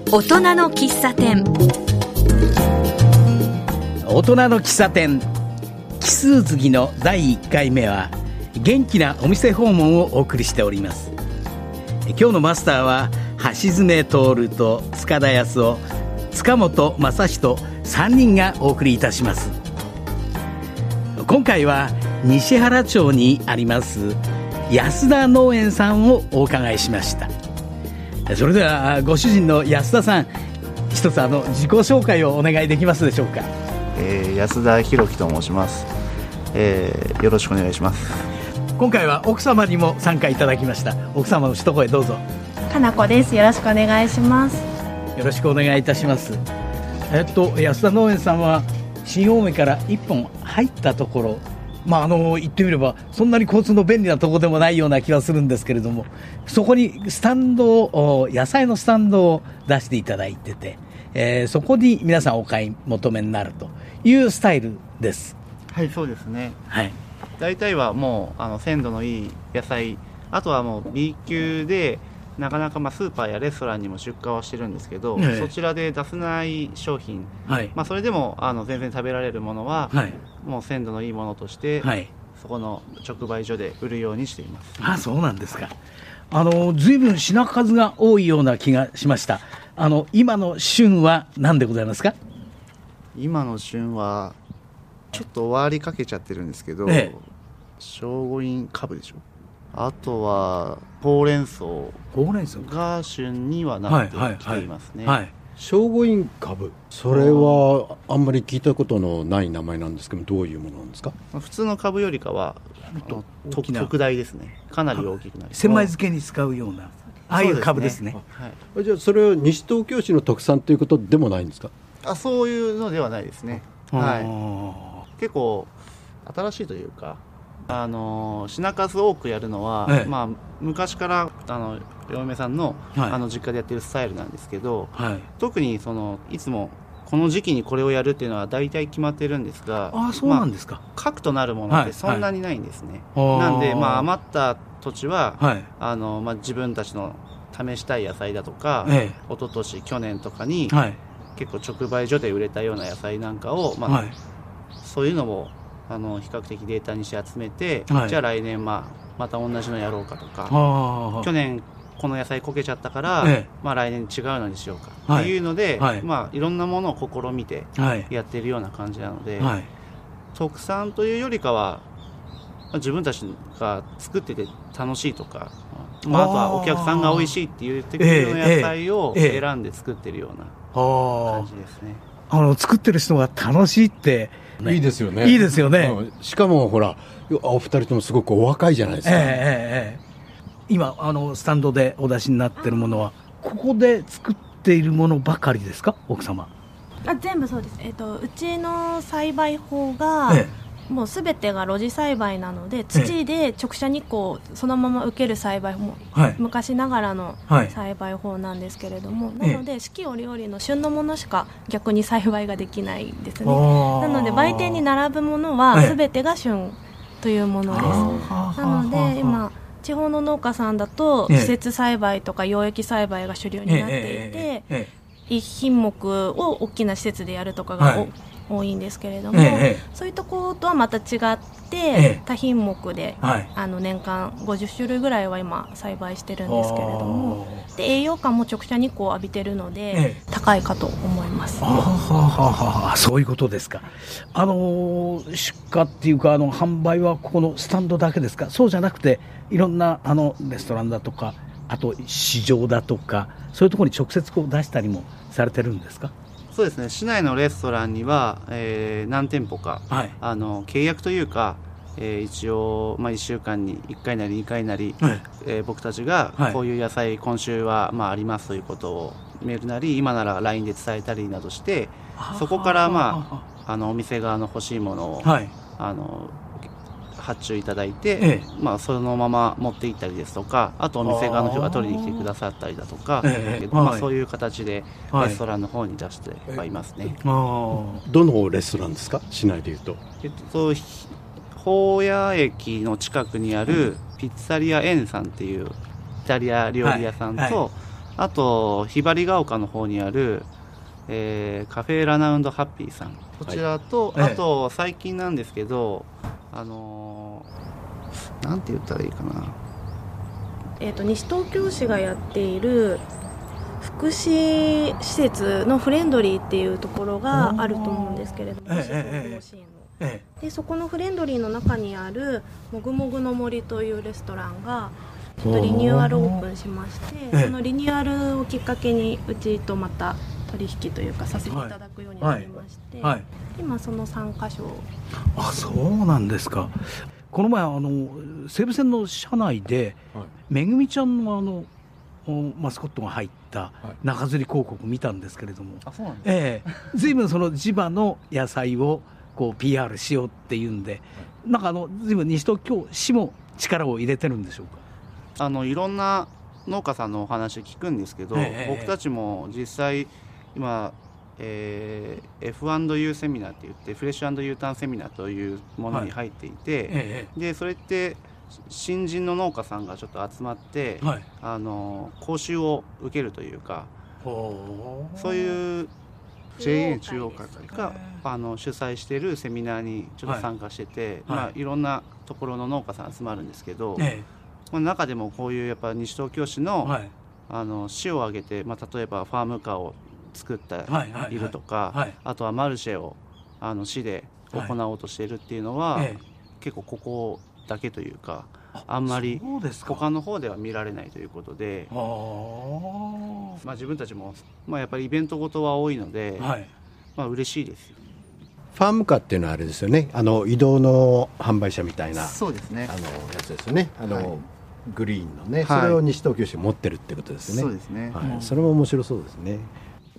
大人の喫茶店。 大人の喫茶店奇数月の第1回目は元気なお店訪問をお送りしております。今日のマスターは橋爪徹と塚田康夫、塚本正史と3人がお送りいたします。今回は西原町にあります安田農園さんをお伺いしました。それではご主人の安田さん、一つ自己紹介をお願いできますでしょうか。 安田博樹と申します。よろしくお願いします。 今回は奥様にも参加いただきました。奥様の一声どうぞ。 かなこです。よろしくお願いします。 よろしくお願いいたします。安田農園さんは新青梅から一本入ったところ、言ってみればそんなに交通の便利なところでもないような気はするんですけれども、そこにスタンドを、野菜のスタンドを出していただいてて、そこに皆さんお買い求めになるというスタイルです。 はい、そうですね。 はい。 大体はもう鮮度のいい野菜、あとはもう B 級でなかなかスーパーやレストランにも出荷はしてるんですけど、そちらで出せない商品、はい、それでも全然食べられるものは、はい、もう鮮度のいいものとして、はい、そこの直売所で売るようにしています。 そうなんですか。随分品数が多いような気がしました。今の旬は何でございますか。 今の旬はちょっと終わりかけちゃってるんですけど、聖護院かぶでしょ。あとはほうれん草が旬にはなってきていますね。 聖護院かぶ、それはあんまり聞いたことのない名前なんですけど、どういうものなんですか。 普通のかぶよりかは特大ですね。かなり大きくなります。 千枚漬けに使うようなああいうかぶですね。 はい、じゃあそれは西東京市の特産ということでもないんですか。 そういうのではないですね。はい、結構新しいというか、品数多くやるのは、昔から嫁さんの、実家でやってるスタイルなんですけど、特にいつもこの時期にこれをやるっていうのは大体決まってるんですが、 そうなんですか。 核となるものってそんなにないんですね。なんで、余った土地は、自分たちの試したい野菜だとか、一昨年去年とかに、結構直売所で売れたような野菜なんかを、そういうのを比較的データにして集めて、じゃあ来年また同じのやろうかとか、去年この野菜こけちゃったから、来年違うのにしようかっていうので、いろんなものを試みてやってるような感じなので、特産というよりかは自分たちが作ってて楽しいとか、あとはお客さんが美味しいって言ってくれるような野菜を選んで作ってるような感じですね。 作ってる人が楽しいっていいですよね。 いいですよね。 しかもほら、お二人ともすごくお若いじゃないですか。 今スタンドでお出しになってるものはここで作っているものばかりですか、奥様。 全部そうです。うちの栽培法が、もうすべてが露地栽培なので、土で直射日光をそのまま受ける栽培法、昔ながらの栽培法なんですけれども、なので四季折々の旬のものしか逆に栽培ができないんですね。なので売店に並ぶものはすべてが旬というものです。なので今地方の農家さんだと施設栽培とか養液栽培が主流になっていて、一品目を大きな施設でやるとかが多いんですけれども、そういうところとはまた違って、多品目で、年間50種類ぐらいは今栽培してるんですけれども、で栄養価も直射日光を浴びてるので、高いかと思います。 そういうことですか。出荷っていうか販売はここのスタンドだけですか。そうじゃなくていろんなレストランだとか、あと市場だとか、そういうところに直接出したりもされてるんですか。 そうですね。市内のレストランには、何店舗か、契約というか、一応、1週間に1回なり2回なり、僕たちがこういう野菜今週はありますということをメールなり今なら LINE で伝えたりなどして、そこからお店側の欲しいものを、発注いただいて、そのまま持って行ったりですとか、あとお店側の人が取りに来てくださったりだとか、そういう形でレストランの方に出してはいますね。 どのレストランですか、市内でいうと。 保谷駅の近くにあるピッツァリアエンさんっていうイタリア料理屋さんと、 あとひばりが丘の方にある、カフェラナウンドハッピーさん、こちらと、あと最近なんですけど、なんて言ったらいいかな、 西東京市がやっている福祉施設のフレンドリーっていうところがあると思うんですけれども、西東京支援の、でそこのフレンドリーの中にあるもぐもぐの森というレストランがちょっとリニューアルオープンしまして、そのリニューアルをきっかけにうちとまた取引というかさせていただくようになりまして、今その3カ所。 あ、そうなんですか。この前西武線の車内で、めぐみちゃんのマスコットが入った中吊り広告見たんですけれども、 あ、そうなんですか。 随分その地場の野菜をこう PR しようっていうんで、なんか随分西東京市も力を入れてるんでしょうか。 いろんな農家さんのお話聞くんですけど、僕たちも実際今、F&U セミナーって言ってフレッシュ&U ターンセミナーというものに入っていて、でそれって新人の農家さんがちょっと集まって、講習を受けるというか、そういう JA 中央会が主催しているセミナーにちょっと参加してて、いろんなところの農家さん集まるんですけど、中でもこういうやっぱ西東京市の、市を挙げて、例えばファームカーを作っているとか、あとはマルシェを市で行おうとしているっていうのは、結構ここだけというか、あんまり他の方では見られないということで、自分たちも、やっぱりイベントごとは多いので、嬉しいですよ。 ファームカーっていうのはあれですよね、移動の販売車みたいな、 そうですね、 やつですよね、グリーンのね、それを西東京市持ってるってことですよね。 そうですね、 それも面白そうですね。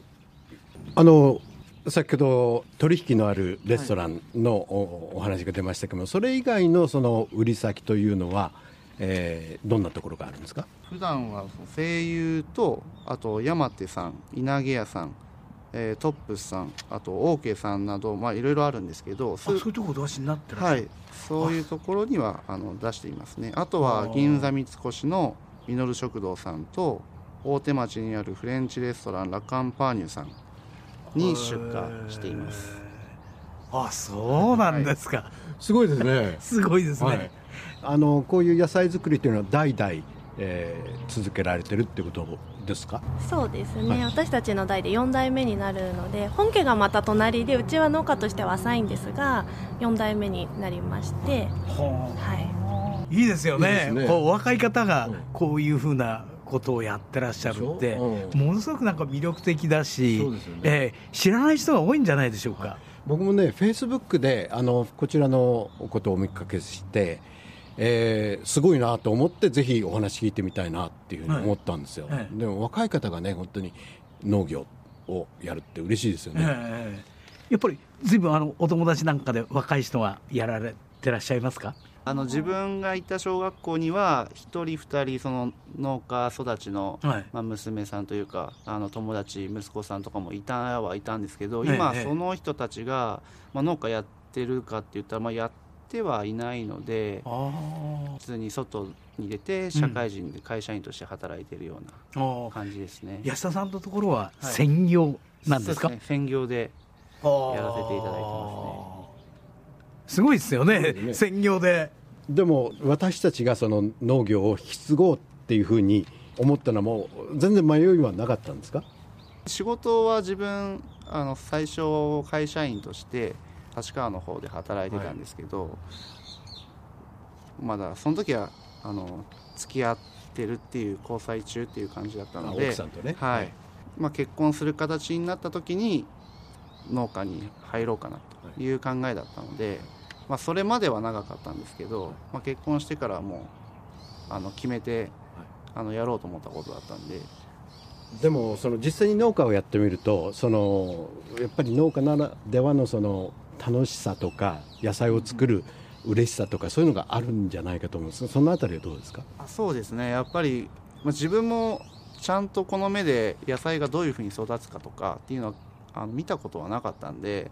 先ほど取引のあるレストランのお話が出ましたけども、それ以外のその売り先というのは、どんなところがあるんですか。 普段は声優と、あと山手さん、稲毛屋さん、トップスさん、あとオーケーさんなど、いろいろあるんですけど、 そういうところお出しになってらっしゃる。 そういうところには出していますね。あとは銀座三越のみのる食堂さんと、大手町にあるフレンチレストランラカンパーニュさんに出荷しています。 あ、そうなんですか。 すごいですね。 すごいですね。 こういう野菜作りというのは代々、続けられてるってことですか。 そうですね、私たちの代で4代目になるので、本家がまた隣で、うちは農家としては浅いんですが4代目になりまして、 いいですよね。こう若い方がこういうふうなことをやってらっしゃるって、ものすごくなんか魅力的だし、知らない人が多いんじゃないでしょうか。 僕もね、フェイスブックでこちらのことをお見かけして、すごいなと思って、ぜひお話聞いてみたいなっていうふうに思ったんですよ。でも若い方がね、本当に農業をやるって嬉しいですよね。 やっぱり随分お友達なんかで若い人はやられてらっしゃいますか。 自分が行った小学校には1人2人その農家育ちの、娘さんというか友達息子さんとかもいたんですけど、今その人たちが、農家やってるかって言ったら、やってはいないので、普通に外に出て社会人で会社員として働いているような感じですね。 安田さんのところは専業なんですか。 そうですね、専業でやらせていただいてますね。 すごいですよね、専業で。 でも私たちがその農業を引き継ごうっていうふうに思ったのは、もう全然迷いはなかったんですか。 仕事は自分最初会社員として立川の方で働いてたんですけど、まだその時は付き合ってるっていう、交際中っていう感じだったので、 奥さんとね、 結婚する形になった時に農家に入ろうかなという考えだったので、それまでは長かったんですけど、結婚してからはもう決めてやろうと思ったことだったんで。 でも実際に農家をやってみると、やっぱり農家ならではの楽しさとか野菜を作る嬉しさとか、そういうのがあるんじゃないかと思うんですが、そのあたりはどうですか。 そうですね、やっぱり、自分もちゃんとこの目で野菜がどういうふうに育つかとかっていうのは見たことはなかったんで、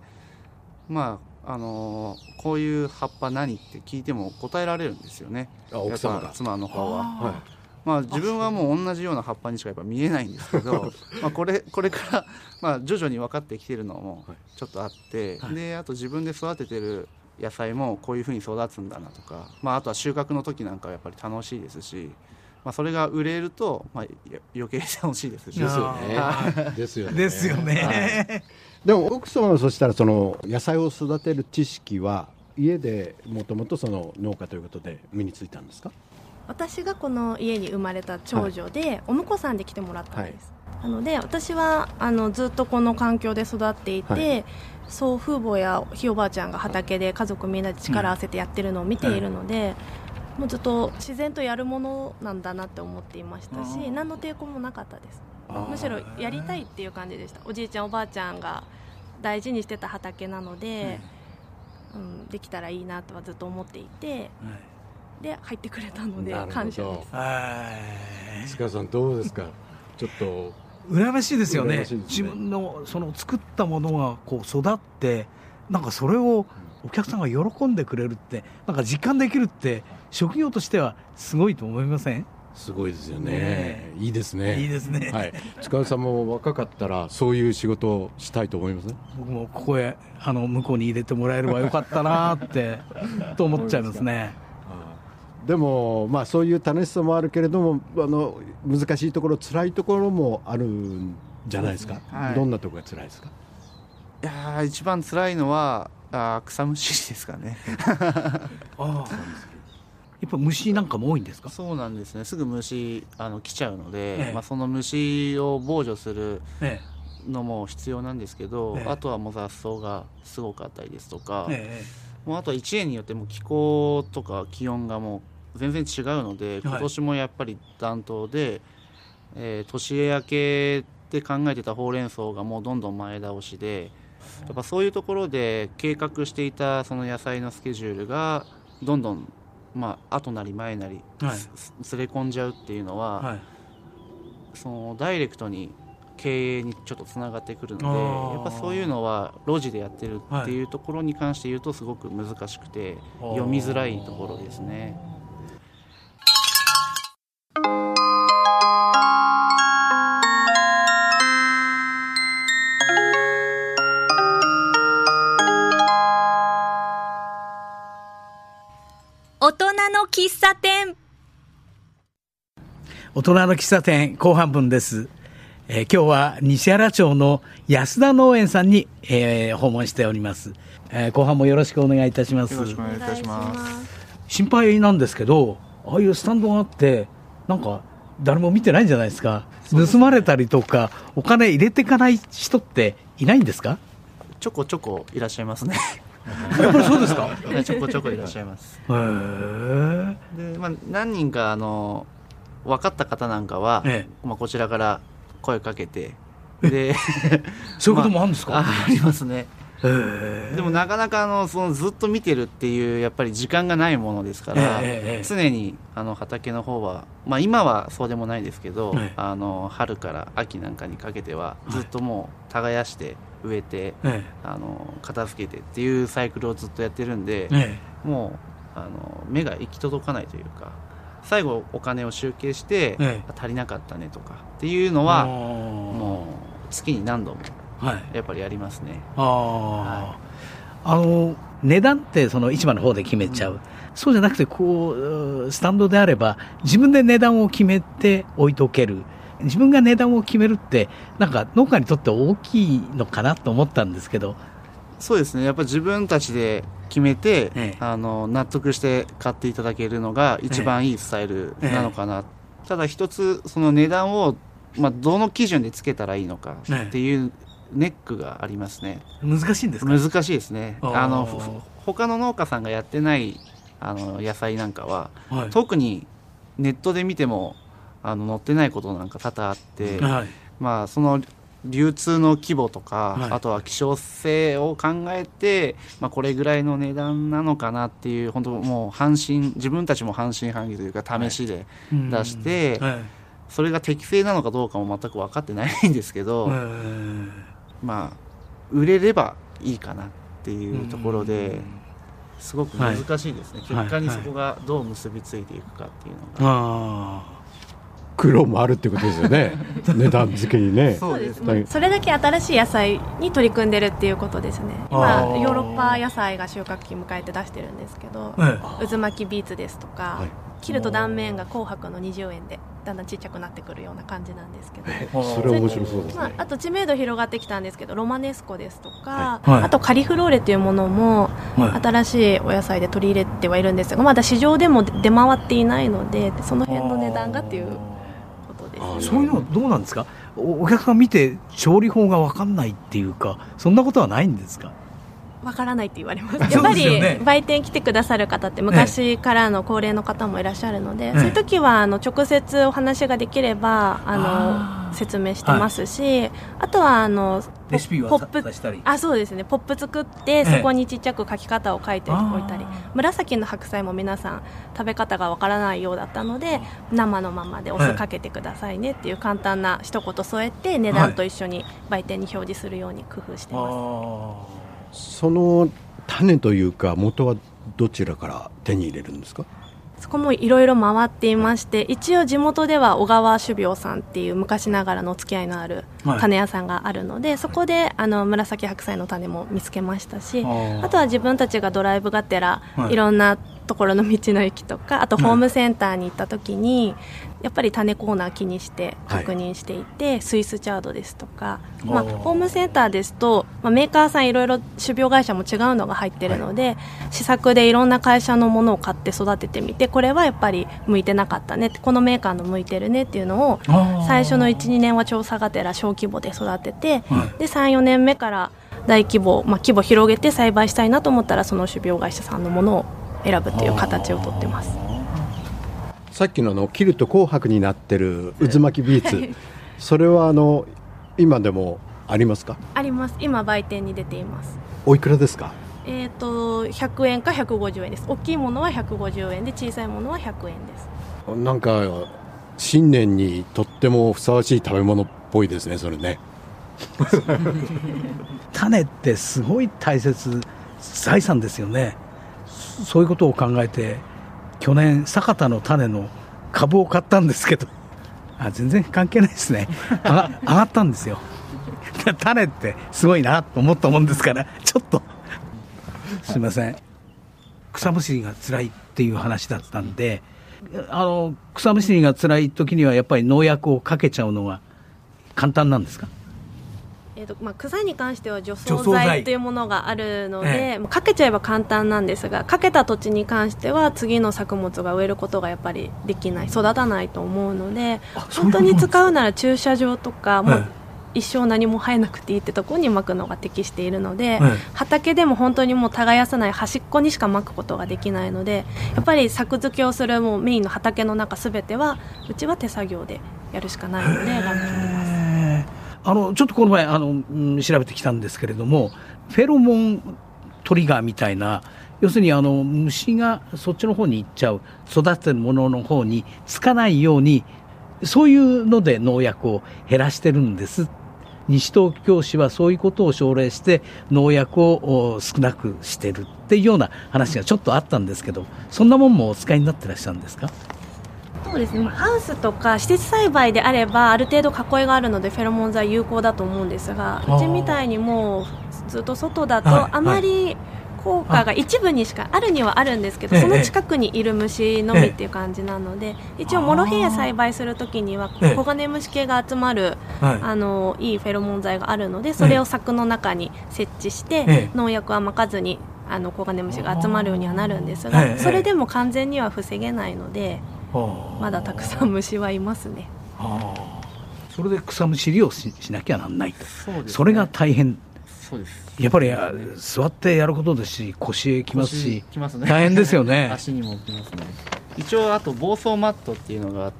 こういう葉っぱ何って聞いても答えられるんですよね。 奥様が。 妻の方は。 まあ、自分はもう同じような葉っぱにしかやっぱ見えないんですけどまあこれから、まあ、徐々に分かってきてるのもちょっとあって、であと自分で育ててる野菜もこういうふうに育つんだなとか、まあ、あとは収穫の時なんかはやっぱり楽しいですし、まあ、それが売れると、まあ、余計楽しいですし。 ですよね。 ですよね。 でも奥様はそしたらその野菜を育てる知識は家でもともとその農家ということで身についたんですか？ 私がこの家に生まれた長女で、お婿さんで来てもらったんです、なので私はずっとこの環境で育っていて、祖父母やひいおばあちゃんが畑で家族みんなで力を合わせてやってるのを見ているので、もうずっと自然とやるものなんだなって思っていましたし、何の抵抗もなかったです。むしろやりたいっていう感じでした。おじいちゃんおばあちゃんが大事にしてた畑なので、できたらいいなとはずっと思っていて、で入ってくれたので感謝です。 塚さんどうですか？ちょっと羨ましいですよね。自分のその作ったものがこう育って、なんかそれをお客さんが喜んでくれるって、なんか実感できるって職業としてはすごいと思いません？ すごいですよね。いいですね。 いいですね。 はい。塚さんも若かったらそういう仕事をしたいと思いますね。 僕もここへ向こうに入れてもらえればよかったなってと思っちゃいますね。 でもまあそういう楽しさもあるけれども、難しいところ、辛いところもあるんじゃないですか。どんなところが辛いですか？ いや一番辛いのは草むしりですかね。 やっぱ虫なんかも多いんですか？ そうなんですね。すぐ虫来ちゃうので、まあ、その虫を防除するのも必要なんですけど、あとはもう雑草がすごかったりですとか、もうあとは1年によっても気候とか気温がもう全然違うので、今年もやっぱり暖冬で、年明けで考えてたほうれん草がもうどんどん前倒しで、やっぱそういうところで計画していたその野菜のスケジュールがどんどん、まあ、後なり前なりずれ込んじゃうっていうのは、そのダイレクトに経営にちょっとつながってくるので、やっぱそういうのは路地でやってるっていうところに関して言うとすごく難しくて読みづらいところですね。 大人の喫茶店。 大人の喫茶店後半分です。今日は西原町の安田農園さんに、訪問しております。後半もよろしくお願いいたします。 よろしくお願いいたします。 心配なんですけど、ああいうスタンドがあってなんか誰も見てないんじゃないですか？盗まれたりとかお金入れていかない人っていないんですか？ ちょこちょこいらっしゃいますね。 やっぱりそうですか？ ちょこちょこいらっしゃいます。で、まあ、何人か分かった方なんかは、まあ、こちらから声かけて、でそういうこともあるんですか？ ありますね。でもなかなかそのずっと見てるっていうやっぱり時間がないものですから、常に畑の方は、まあ、今はそうでもないですけど、春から秋なんかにかけてはずっともう耕して植えて、片付けてっていうサイクルをずっとやってるんで、もう目が行き届かないというか、最後お金を集計して、足りなかったねとかっていうのはもう月に何度もやっぱりやりますね。 値段ってその市場の方で決めちゃう、そうじゃなくてこうスタンドであれば自分で値段を決めて置いとける、自分が値段を決めるってなんか農家にとって大きいのかなと思ったんですけど。 そうですね、やっぱり自分たちで決めて、納得して買っていただけるのが一番いいスタイルなのかな。ただ一つその値段を、まあ、どの基準でつけたらいいのかっていうネックがありますね。 難しいんですか？ 難しいですね。他の農家さんがやってない野菜なんかは、特にネットで見ても載ってないことなんか多々あって、まあその流通の規模とか、あとは希少性を考えて、まあ、これぐらいの値段なのかなっていう、本当もう自分たちも半信半疑というか試しで出して、それが適正なのかどうかも全く分かってないんですけど、まあ売れればいいかなっていうところですごく難しいですね。結果にそこがどう結びついていくかっていうのが。 苦労もあるってことですよね値段付けにね。 そうですね、それだけ新しい野菜に取り組んでるっていうことですね。今ヨーロッパ野菜が収穫期迎えて出してるんですけど、渦巻きビーツですとか、切ると断面が紅白の20円でだんだんちっちゃくなってくるような感じなんですけど、 それ面白そうですね。 あと知名度広がってきたんですけど、ロマネスコですとか、あとカリフローレというものも新しいお野菜で取り入れてはいるんですが、まだ市場でも出回っていないので、その辺の値段がっていうことです、ね。 そういうのどうなんですか？お客さん見て調理法が分かんないっていうか、そんなことはないんですか？ わからないって言われます。やっぱり売店来てくださる方って昔からの高齢の方もいらっしゃるので、そういう時は直接お話ができれば説明してますし、あとはレシピを出したり、 そうですね、ポップ作ってそこにちっちゃく書き方を書いておいたり、紫の白菜も皆さん食べ方がわからないようだったので、生のままでお酢かけてくださいねっていう簡単な一言添えて、値段と一緒に売店に表示するように工夫してます。 その種というか元はどちらから手に入れるんですか？ そこもいろいろ回っていまして、一応地元では小川種苗さんっていう昔ながらのお付き合いのある種屋さんがあるので、そこで紫白菜の種も見つけましたし、あとは自分たちがドライブがてら、いろんなところの道の駅とか、あとホームセンターに行った時に、やっぱり種コーナー気にして確認していて、スイスチャードですとか、ホームセンターですと、メーカーさんいろいろ種苗会社も違うのが入ってるので、試作でいろんな会社のものを買って育ててみて、これはやっぱり向いてなかったね、このメーカーの向いてるねっていうのを最初の 1,2 年は調査がてら小規模で育てて、で 3,4 年目から大規模、規模広げて栽培したいなと思ったら、その種苗会社さんのものを選ぶという形をとってます。 さっきの切ると紅白になってる渦巻きビーツ、それは今でもありますか？ あります。今売店に出ています。 おいくらですか ？100円か150円です。大きいものは150円で、小さいものは100円です。 なんか新年にとってもふさわしい食べ物っぽいですね、それね。 種ってすごい大切財産ですよね。そういうことを考えて、去年酒田の種の株を買ったんですけど、全然関係ないですね。上がったんですよ。種ってすごいなと思ったもんですから、ちょっとすいません。草むしりが辛いっていう話だったんで、草むしりが辛い時にはやっぱり農薬をかけちゃうのは簡単なんですか？ 草に関しては除草剤というものがあるので、かけちゃえば簡単なんですが、かけた土地に関しては次の作物が植えることがやっぱりできない、育たないと思うので、本当に使うなら駐車場とか、もう一生何も生えなくていいってところにまくのが適しているので、畑でも本当にもう耕さない端っこにしかまくことができないので、やっぱり作付けをするもうメインの畑の中すべてはうちは手作業でやるしかないので頑張ってます。 ちょっとこの前調べてきたんですけれども、フェロモントリガーみたいな、要するに虫がそっちの方に行っちゃう、育ててるものの方につかないように、そういうので農薬を減らしてるんです。西東京市はそういうことを奨励して農薬を少なくしてるっていうような話がちょっとあったんですけど、そんなもんもお使いになってらっしゃるんですか？ そうですね、ハウスとか施設栽培であればある程度囲いがあるのでフェロモン剤有効だと思うんですが、うちみたいにもうずっと外だとあまり効果が一部にしかあるにはあるんですけど、その近くにいる虫のみっていう感じなので、一応モロヘイヤ栽培するときにはコガネムシ系が集まるいいフェロモン剤があるので、それを柵の中に設置して農薬はまかずにコガネムシが集まるようにはなるんですが、それでも完全には防げないので、まだたくさん虫はいますね。 それで草むしりを しなきゃなんないと。 そうですね、それが大変。 そうです、 やっぱり座ってやることですし、腰へきますし、ね、大変ですよね。 足にもきますね。一応あと防草マットっていうのがあって、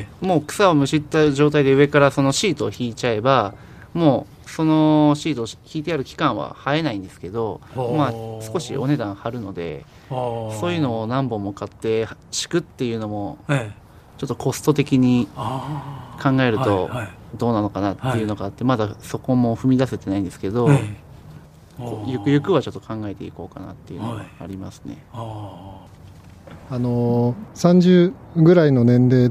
もう草をむしった状態で上からそのシートを引いちゃえば、もうそのシートを引いてある期間は生えないんですけど、少しお値段張るので、そういうのを何本も買って敷くっていうのもちょっとコスト的に考えるとどうなのかなっていうのがあって、まだそこも踏み出せてないんですけど、ゆくゆくはちょっと考えていこうかなっていうのがありますね。 30ぐらいの年齢で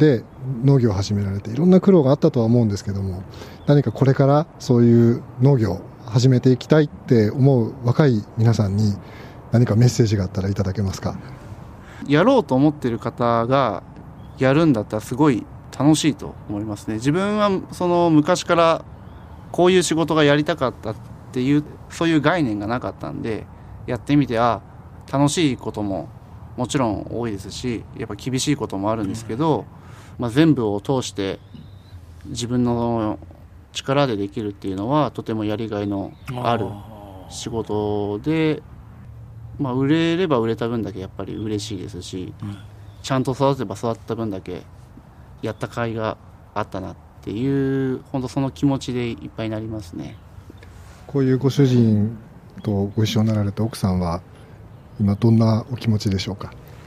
農業を始められていろんな苦労があったとは思うんですけども、何かこれからそういう農業を始めていきたいって思う若い皆さんに何かメッセージがあったらいただけますか？ やろうと思ってる方がやるんだったらすごい楽しいと思いますね。自分はその昔からこういう仕事がやりたかったっていうそういう概念がなかったんで、やってみて楽しいことももちろん多いですし、やっぱ厳しいこともあるんですけど、全部を通して自分の力でできるっていうのはとてもやりがいのある仕事で、売れれば売れた分だけやっぱり嬉しいですし、ちゃんと育てば育った分だけやった甲斐があったなっていう、本当その気持ちでいっぱいになりますね。 こういうご主人とご一緒になられた奥さんは今どんなお気持ちでしょうか？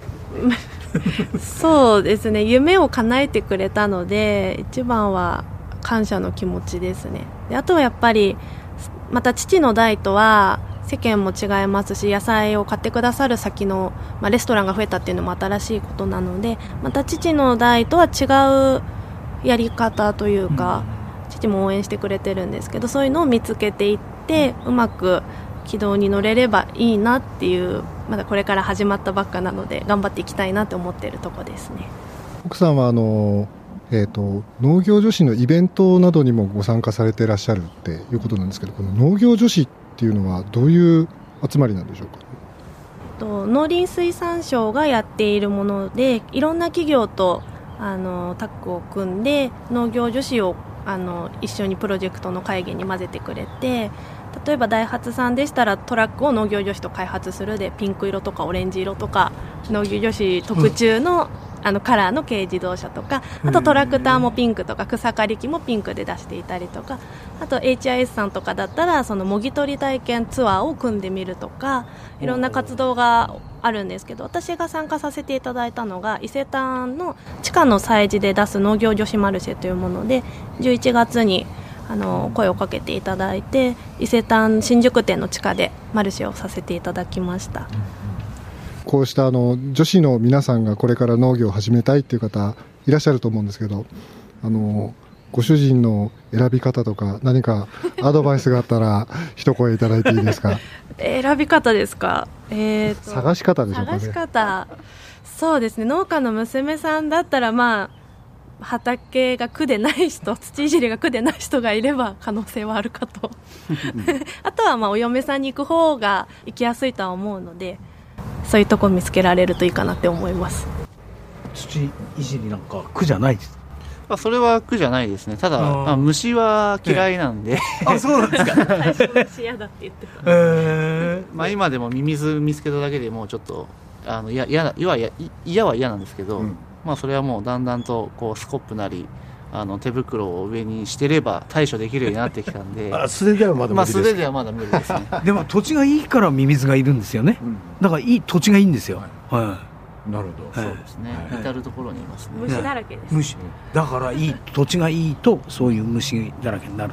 そうですね、夢を叶えてくれたので一番は感謝の気持ちですね。であとはやっぱりまた父の代とは世間も違いますし、野菜を買ってくださる先の、レストランが増えたっていうのも新しいことなので、また父の代とは違うやり方というか、父も応援してくれてるんですけど、そういうのを見つけていってうまく軌道に乗れればいいなっていう、まだこれから始まったばっかなので頑張っていきたいなと思っているところですね。 奥さんは農業女子のイベントなどにもご参加されていらっしゃるっていうことなんですけど、この農業女子っていうのはどういう集まりなんでしょうか？ 農林水産省がやっているもので、いろんな企業とタッグを組んで農業女子を一緒にプロジェクトの会議に混ぜてくれて、例えばダイハツさんでしたらトラックを農業女子と開発するで、ピンク色とかオレンジ色とか農業女子特注の、カラーの軽自動車とか、あとトラクターもピンクとか草刈り機もピンクで出していたりとか、あと HIS さんとかだったらその模擬取り体験ツアーを組んでみるとか、いろんな活動があるんですけど、私が参加させていただいたのが伊勢丹の地下の催事で出す農業女子マルシェというもので、11月に声をかけていただいて、伊勢丹新宿店の地下でマルシェをさせていただきました。 こうした女子の皆さんがこれから農業を始めたいっていう方いらっしゃると思うんですけど、ご主人の選び方とか何かアドバイスがあったら一声いただいていいですか？ 選び方ですか？ 探し方でしょうかね。 探し方、そうですね、農家の娘さんだったら畑が苦でない人、土いじりが苦でない人がいれば可能性はあるかとあとはお嫁さんに行く方が行きやすいとは思うので、そういうとこ見つけられるといいかなって思います。 土いじりなんか苦じゃないです？ それは苦じゃないですね。ただ、虫は嫌いなんで、 そうなんですか？ 最初虫嫌だって言ってた。 今でもミミズ見つけただけでもうちょっと嫌は嫌なんですけど、それはもうだんだんとスコップなり手袋を上にしてれば対処できるようになってきたんで素手ではまだ無理です。 素手ではまだ無理ですねでも土地がいいからミミズがいるんですよね、だからいい土地がいいんですよ。 なるほど、 そうですね、至る所にいますね。 虫だらけです。 虫だから土地がいいとそういう虫だらけになる。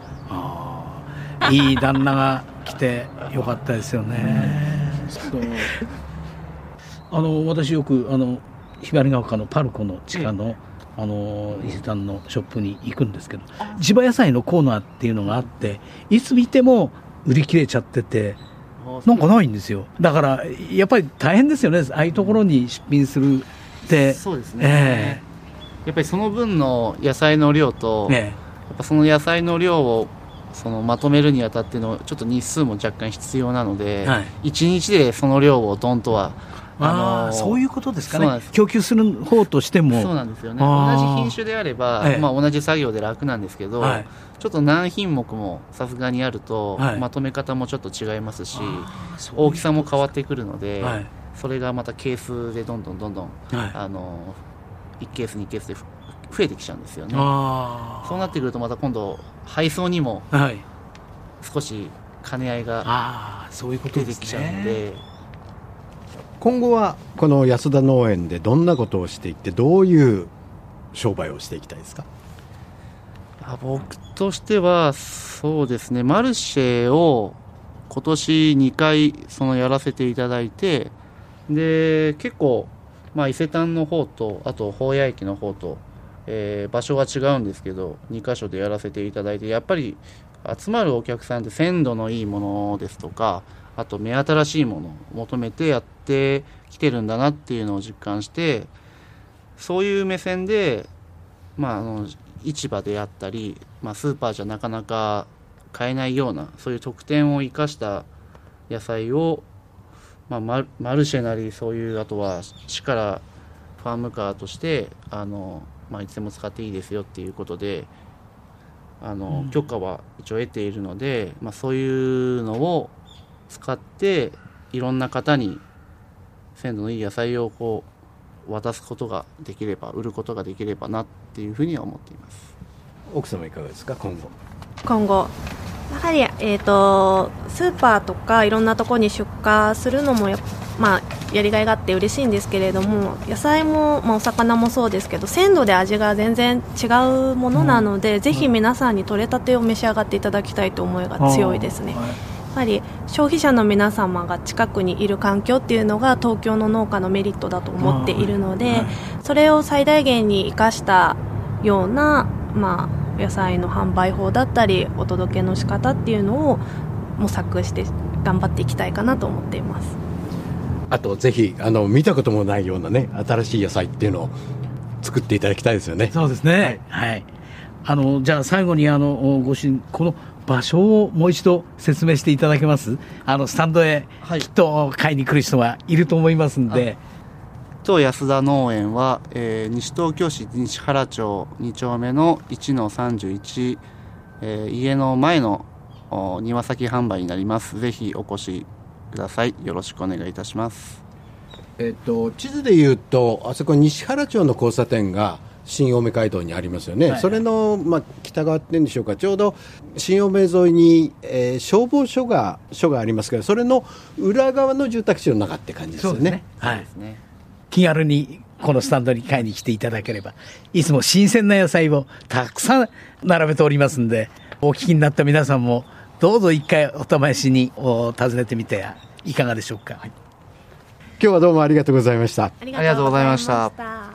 いい旦那が来てよかったですよね。私よくひばりが丘のパルコの地下の伊勢丹のショップに行くんですけど、地場野菜のコーナーっていうのがあって、いつ見ても売り切れちゃっててなんかないんですよ。だからやっぱり大変ですよね、ああいうところに出品するって。 そうですね、やっぱりその分の野菜の量と、やっぱその野菜の量をまとめるにあたってのちょっと日数も若干必要なので、1日でその量をドンとはそういうことですかね。供給する方としてもそうなんですよね。同じ品種であれば、同じ作業で楽なんですけど、ちょっと何品目もさすがにあると、まとめ方もちょっと違いますし、大きさも変わってくるので、それがまたケースでどんどん1ケース2ケースで増えてきちゃうんですよね。そうなってくるとまた今度配送にも少し兼ね合いが出てきちゃうので、 今後はこの安田農園でどんなことをしていって、どういう商売をしていきたいですか？ 僕としてはそうですね、マルシェを今年2回やらせていただいて、で結構伊勢丹の方とあと保谷駅の方と場所は違うんですけど2カ所でやらせていただいて、やっぱり集まるお客さんって鮮度のいいものですとか、あと目新しいものを求めてやってきてるんだなっていうのを実感して、そういう目線で、市場であったり、スーパーじゃなかなか買えないようなそういう特典を生かした野菜を、マルシェなりそういう、あとは市からファームカーとしていつでも使っていいですよっていうことで許可は一応得ているので、そういうのを使っていろんな方に鮮度のいい野菜を渡すことができれば、売ることができればなっていうふうには思っています。 奥様いかがですか？ 今後やはり、スーパーとかいろんなところに出荷するのもやりがいがあって嬉しいんですけれども、野菜も、お魚もそうですけど鮮度で味が全然違うものなので、ぜひ皆さんに取れたてを召し上がっていただきたいという思いが強いですね。やはり消費者の皆様が近くにいる環境っていうのが東京の農家のメリットだと思っているので、それを最大限に生かしたような、野菜の販売法だったりお届けの仕方っていうのを模索して頑張っていきたいかなと思っています。 あとぜひ見たこともないようなね新しい野菜っていうのを作っていただきたいですよね。 そうですね、はい、じゃあ最後にご主人この場所をもう一度説明していただけます？スタンドへきっと買いに来る人がいると思いますんで。 当安田農園は、西東京市西原町2丁目の 1-31、家の前の庭先販売になります。ぜひお越しください。よろしくお願いいたします。 地図でいうとあそこ西原町の交差点が新青梅街道にありますよね、それの、北側っていうんでしょうか、ちょうど新青梅沿いに、消防署がありますけど、それの裏側の住宅地の中って感じですよね。 そうですね、気軽にこのスタンドに買いに来ていただければ、いつも新鮮な野菜をたくさん並べておりますんで、お聞きになった皆さんもどうぞ一回お試しに訪ねてみていかがでしょうか。 今日はどうもありがとうございました。 ありがとうございました。